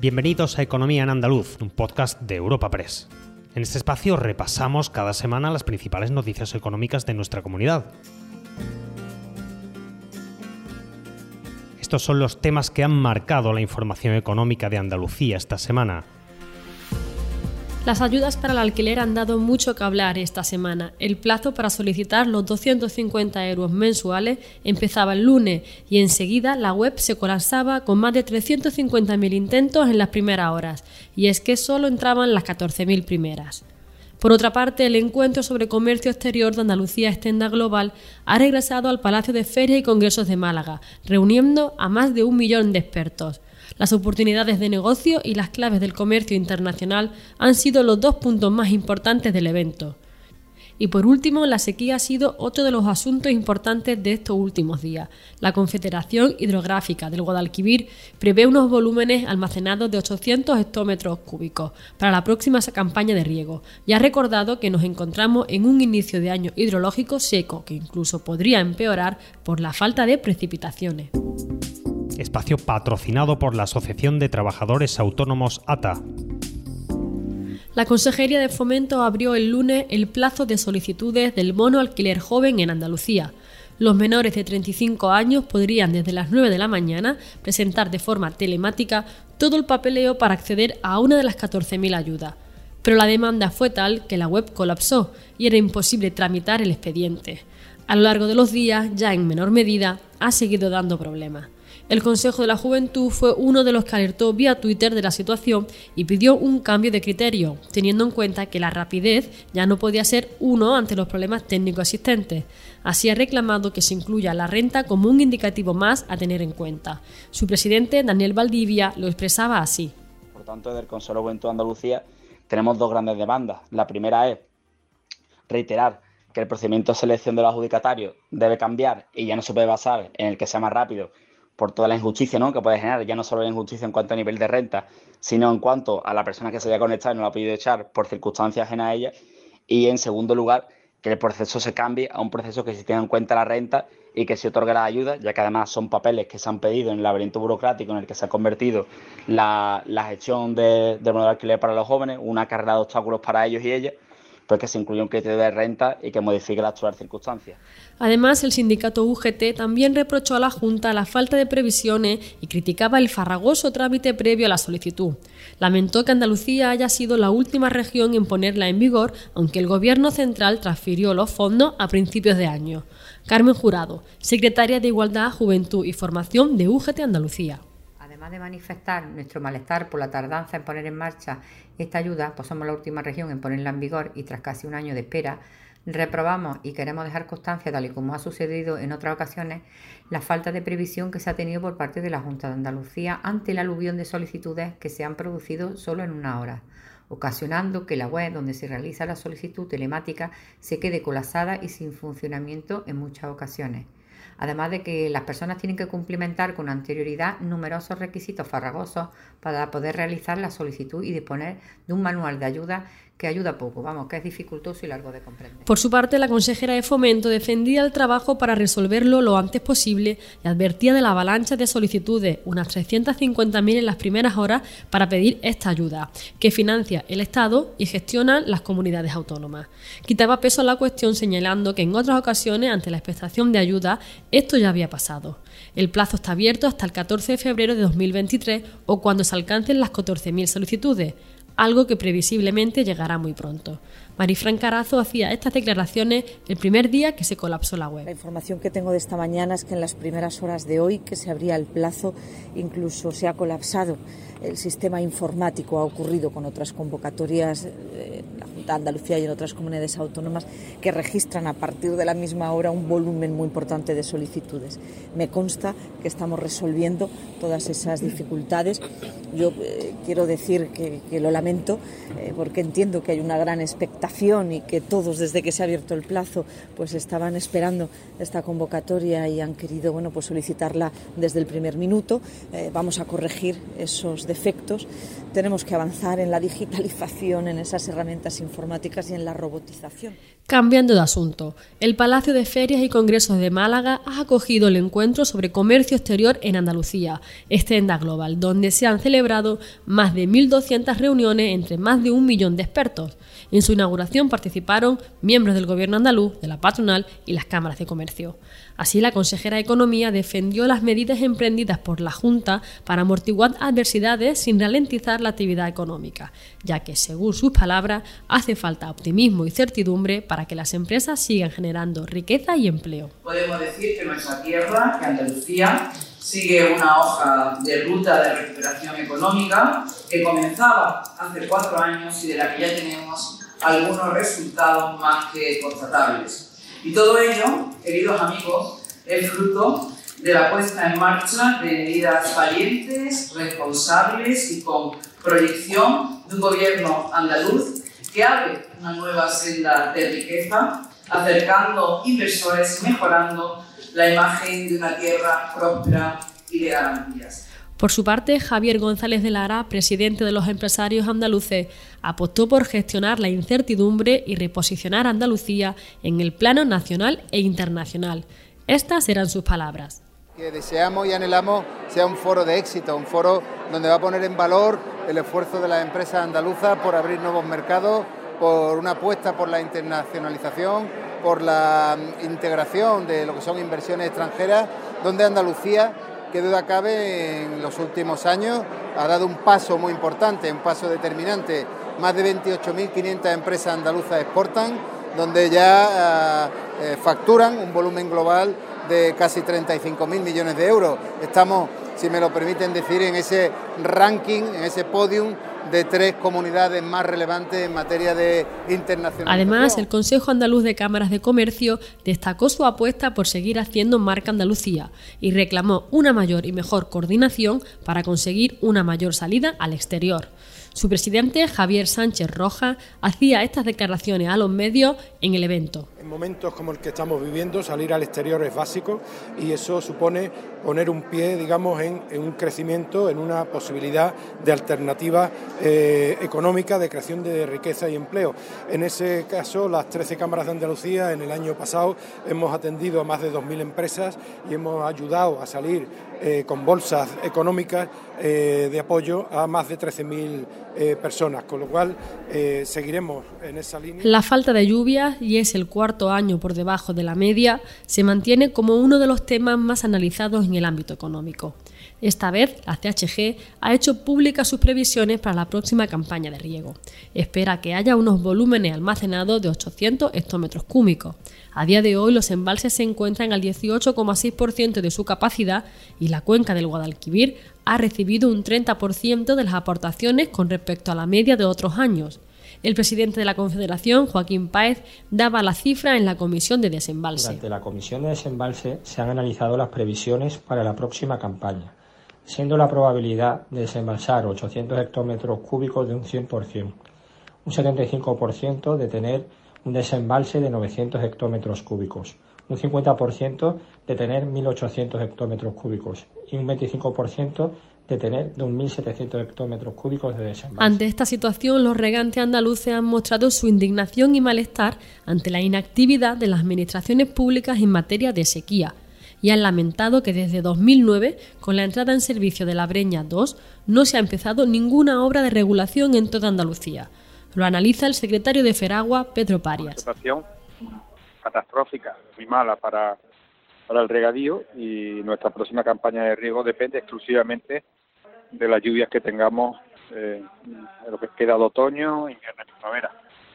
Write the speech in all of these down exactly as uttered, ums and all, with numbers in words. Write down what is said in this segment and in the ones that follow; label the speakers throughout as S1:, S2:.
S1: Bienvenidos a Economía en Andaluz, un podcast de Europa Press. En este espacio repasamos cada semana las principales noticias económicas de nuestra comunidad. Estos son los temas que han marcado la información económica de Andalucía esta semana.
S2: Las ayudas para el alquiler han dado mucho que hablar esta semana. El plazo para solicitar los doscientos cincuenta euros mensuales empezaba el lunes y enseguida la web se colapsaba con más de trescientos cincuenta mil intentos en las primeras horas. Y es que solo entraban las catorce mil primeras. Por otra parte, el encuentro sobre comercio exterior de Andalucía Extenda Global ha regresado al Palacio de Ferias y Congresos de Málaga, reuniendo a más de un millón de expertos. Las oportunidades de negocio y las claves del comercio internacional han sido los dos puntos más importantes del evento. Y por último, la sequía ha sido otro de los asuntos importantes de estos últimos días. La Confederación Hidrográfica del Guadalquivir prevé unos volúmenes almacenados de ochocientos hectómetros cúbicos para la próxima campaña de riego y ha recordado que nos encontramos en un inicio de año hidrológico seco que incluso podría empeorar por la falta de precipitaciones.
S1: Espacio patrocinado por la Asociación de Trabajadores Autónomos A T A.
S2: La Consejería de Fomento abrió el lunes el plazo de solicitudes del bono alquiler joven en Andalucía. Los menores de treinta y cinco años podrían desde las nueve de la mañana presentar de forma telemática todo el papeleo para acceder a una de las catorce mil ayudas. Pero la demanda fue tal que la web colapsó y era imposible tramitar el expediente. A lo largo de los días, ya en menor medida, ha seguido dando problemas. El Consejo de la Juventud fue uno de los que alertó vía Twitter de la situación y pidió un cambio de criterio, teniendo en cuenta que la rapidez ya no podía ser uno ante los problemas técnicos existentes. Así ha reclamado que se incluya la renta como un indicativo más a tener en cuenta. Su presidente, Daniel Valdivia, lo expresaba así.
S3: Por tanto, desde el Consejo de la Juventud de Andalucía tenemos dos grandes demandas. La primera es reiterar que el procedimiento de selección de los adjudicatarios debe cambiar y ya no se puede basar en el que sea más rápido, por toda la injusticia, ¿no?, que puede generar, ya no solo la injusticia en cuanto a nivel de renta, sino en cuanto a la persona que se haya conectado y no lo ha podido echar por circunstancias ajenas a ella. Y en segundo lugar, que el proceso se cambie a un proceso que se tenga en cuenta la renta y que se otorgue la ayuda, ya que además son papeles que se han pedido en el laberinto burocrático en el que se ha convertido la, la gestión de, del bono de alquiler para los jóvenes, una carrera de obstáculos para ellos y ellas, pues que se incluya un criterio de renta y que modifique las actuales circunstancias.
S2: Además, el sindicato U G T también reprochó a la Junta la falta de previsiones y criticaba el farragoso trámite previo a la solicitud. Lamentó que Andalucía haya sido la última región en ponerla en vigor, aunque el Gobierno central transfirió los fondos a principios de año. Carmen Jurado, secretaria de Igualdad, Juventud y Formación de U G T Andalucía.
S4: Además de manifestar nuestro malestar por la tardanza en poner en marcha esta ayuda, pues somos la última región en ponerla en vigor y tras casi un año de espera, reprobamos y queremos dejar constancia, tal y como ha sucedido en otras ocasiones, la falta de previsión que se ha tenido por parte de la Junta de Andalucía ante el aluvión de solicitudes que se han producido solo en una hora, ocasionando que la web donde se realiza la solicitud telemática se quede colapsada y sin funcionamiento en muchas ocasiones. Además de que las personas tienen que cumplimentar con anterioridad numerosos requisitos farragosos para poder realizar la solicitud y disponer de un manual de ayuda que ayuda poco, vamos, que es dificultoso y largo de comprender.
S2: Por su parte, la consejera de Fomento defendía el trabajo para resolverlo lo antes posible y advertía de la avalancha de solicitudes, unas trescientas cincuenta mil en las primeras horas, para pedir esta ayuda, que financia el Estado y gestionan las comunidades autónomas. Quitaba peso a la cuestión señalando que en otras ocasiones, ante la expectación de ayuda, esto ya había pasado. El plazo está abierto hasta el catorce de febrero de dos mil veintitrés o cuando se alcancen las catorce mil solicitudes, algo que previsiblemente llegará muy pronto. Marifran Carazo hacía estas declaraciones el primer día que se colapsó la web.
S5: La información que tengo de esta mañana es que en las primeras horas de hoy, que se abría el plazo, incluso se ha colapsado el sistema informático. Ha ocurrido con otras convocatorias en la Junta de Andalucía y en otras comunidades autónomas que registran a partir de la misma hora un volumen muy importante de solicitudes. Me consta que estamos resolviendo todas esas dificultades. Yo eh, quiero decir que, que lo lamento eh, porque entiendo que hay una gran expectación y que todos, desde que se ha abierto el plazo, pues estaban esperando esta convocatoria y han querido, bueno, pues solicitarla desde el primer minuto. Eh, vamos a corregir esos defectos. Tenemos que avanzar en la digitalización, en esas herramientas informáticas informáticas y en la robotización.
S2: Cambiando de asunto, el Palacio de Ferias y Congresos de Málaga ha acogido el encuentro sobre comercio exterior en Andalucía, Stenda Global, donde se han celebrado más de mil doscientas reuniones entre más de un millón de expertos. En su inauguración participaron miembros del Gobierno andaluz, de la patronal y las cámaras de comercio. Así, la consejera de Economía defendió las medidas emprendidas por la Junta para amortiguar adversidades sin ralentizar la actividad económica, ya que, según sus palabras, hace falta optimismo y certidumbre para que las empresas sigan generando riqueza y empleo.
S6: Podemos decir que nuestra tierra, que Andalucía, sigue una hoja de ruta de recuperación económica que comenzaba hace cuatro años y de la que ya tenemos algunos resultados más que constatables. Y todo ello, queridos amigos, es fruto de la puesta en marcha de medidas valientes, responsables y con proyección de un gobierno andaluz que abre una nueva senda de riqueza, acercando inversores y mejorando la imagen de una tierra próspera y de garantías.
S2: Por su parte, Javier González de Lara, presidente de los empresarios andaluces, apostó por gestionar la incertidumbre y reposicionar a Andalucía en el plano nacional e internacional. Estas eran sus palabras.
S7: Que deseamos y anhelamos sea un foro de éxito, un foro donde va a poner en valor el esfuerzo de las empresas andaluzas por abrir nuevos mercados, por una apuesta por la internacionalización, por la integración de lo que son inversiones extranjeras, donde Andalucía, que duda cabe, en los últimos años ha dado un paso muy importante, un paso determinante. Más de veintiocho mil quinientas empresas andaluzas exportan, donde ya eh, facturan un volumen global de casi treinta y cinco mil millones de euros. Estamos, si me lo permiten decir, en ese ranking, en ese podium de tres comunidades más relevantes en materia de internacionalización.
S2: Además, el Consejo Andaluz de Cámaras de Comercio destacó su apuesta por seguir haciendo marca Andalucía y reclamó una mayor y mejor coordinación para conseguir una mayor salida al exterior. Su presidente, Javier Sánchez Roja, hacía estas declaraciones a los medios en el evento.
S8: En momentos como el que estamos viviendo, salir al exterior es básico y eso supone poner un pie, digamos, en, en un crecimiento, en una posibilidad de alternativa eh, económica, de creación de riqueza y empleo. En ese caso, las trece cámaras de Andalucía, en el año pasado, hemos atendido a más de dos mil empresas y hemos ayudado a salir eh, con bolsas económicas eh, de apoyo a más de trece mil eh, personas, con lo cual eh, seguiremos en esa línea.
S2: La falta de lluvias, y es el cuarto año por debajo de la media, se mantiene como uno de los temas más analizados en el ámbito económico. Esta vez, la C H G ha hecho públicas sus previsiones para la próxima campaña de riego. Espera que haya unos volúmenes almacenados de ochocientos hectómetros cúbicos. A día de hoy, los embalses se encuentran al dieciocho coma seis por ciento de su capacidad y la cuenca del Guadalquivir ha recibido un treinta por ciento de las aportaciones con respecto a la media de otros años. El presidente de la Confederación, Joaquín Páez, daba la cifra en la Comisión de Desembalse.
S9: Durante la Comisión de Desembalse se han analizado las previsiones para la próxima campaña, siendo la probabilidad de desembalsar ochocientos hectómetros cúbicos de un cien por ciento, un setenta y cinco por ciento de tener un desembalse de novecientos hectómetros cúbicos, un cincuenta por ciento de tener mil ochocientos hectómetros cúbicos y un veinticinco por ciento de tener dos mil setecientos hectómetros cúbicos de desembalse.
S2: Ante esta situación, los regantes andaluces han mostrado su indignación y malestar ante la inactividad de las administraciones públicas en materia de sequía y han lamentado que desde dos mil nueve, con la entrada en servicio de la Breña dos, no se ha empezado ninguna obra de regulación en toda Andalucía. Lo analiza el secretario de Feragua, Pedro Parias.
S10: Una situación catastrófica, muy mala para, para el regadío, y nuestra próxima campaña de riego depende exclusivamente de las lluvias que tengamos eh, en lo que queda de otoño, invierno y primavera.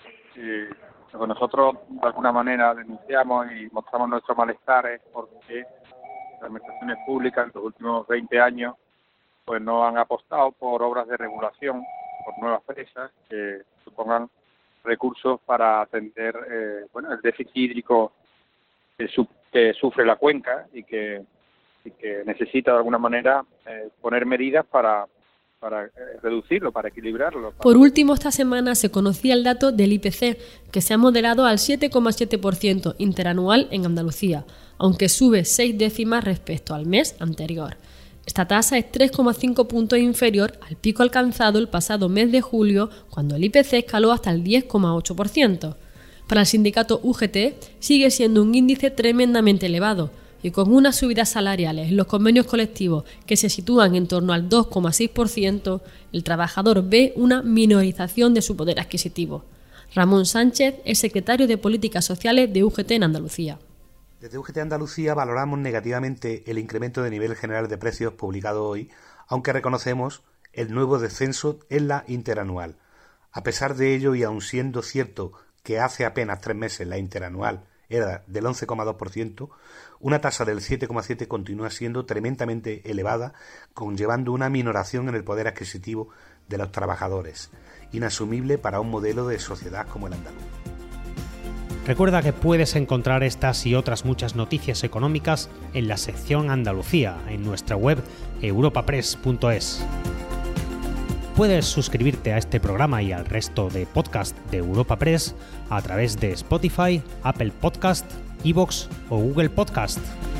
S10: Eh, lo que nosotros de alguna manera denunciamos y mostramos nuestro malestar es porque las administraciones públicas en los últimos veinte años pues no han apostado por obras de regulación, por nuevas presas que supongan recursos para atender eh, bueno, el déficit hídrico que, su, que sufre la cuenca y que, y que necesita de alguna manera eh, poner medidas para, para eh, reducirlo, para equilibrarlo. Para...
S2: Por último, esta semana se conocía el dato del I P C, que se ha moderado al siete coma siete por ciento interanual en Andalucía, aunque sube seis décimas respecto al mes anterior. Esta tasa es tres coma cinco puntos inferior al pico alcanzado el pasado mes de julio, cuando el I P C escaló hasta el diez coma ocho por ciento. Para el sindicato U G T sigue siendo un índice tremendamente elevado, y con unas subidas salariales en los convenios colectivos que se sitúan en torno al dos coma seis por ciento, el trabajador ve una minorización de su poder adquisitivo. Ramón Sánchez es secretario de Políticas Sociales de U G T en Andalucía.
S11: Desde U G T Andalucía valoramos negativamente el incremento de nivel general de precios publicado hoy, aunque reconocemos el nuevo descenso en la interanual. A pesar de ello, y aun siendo cierto que hace apenas tres meses la interanual era del once coma dos por ciento, una tasa del siete coma siete por ciento continúa siendo tremendamente elevada, conllevando una minoración en el poder adquisitivo de los trabajadores, inasumible para un modelo de sociedad como el andaluz.
S1: Recuerda que puedes encontrar estas y otras muchas noticias económicas en la sección Andalucía, en nuestra web europa press punto es. Puedes suscribirte a este programa y al resto de podcast de Europa Press a través de Spotify, Apple Podcast, iVoox o Google Podcast.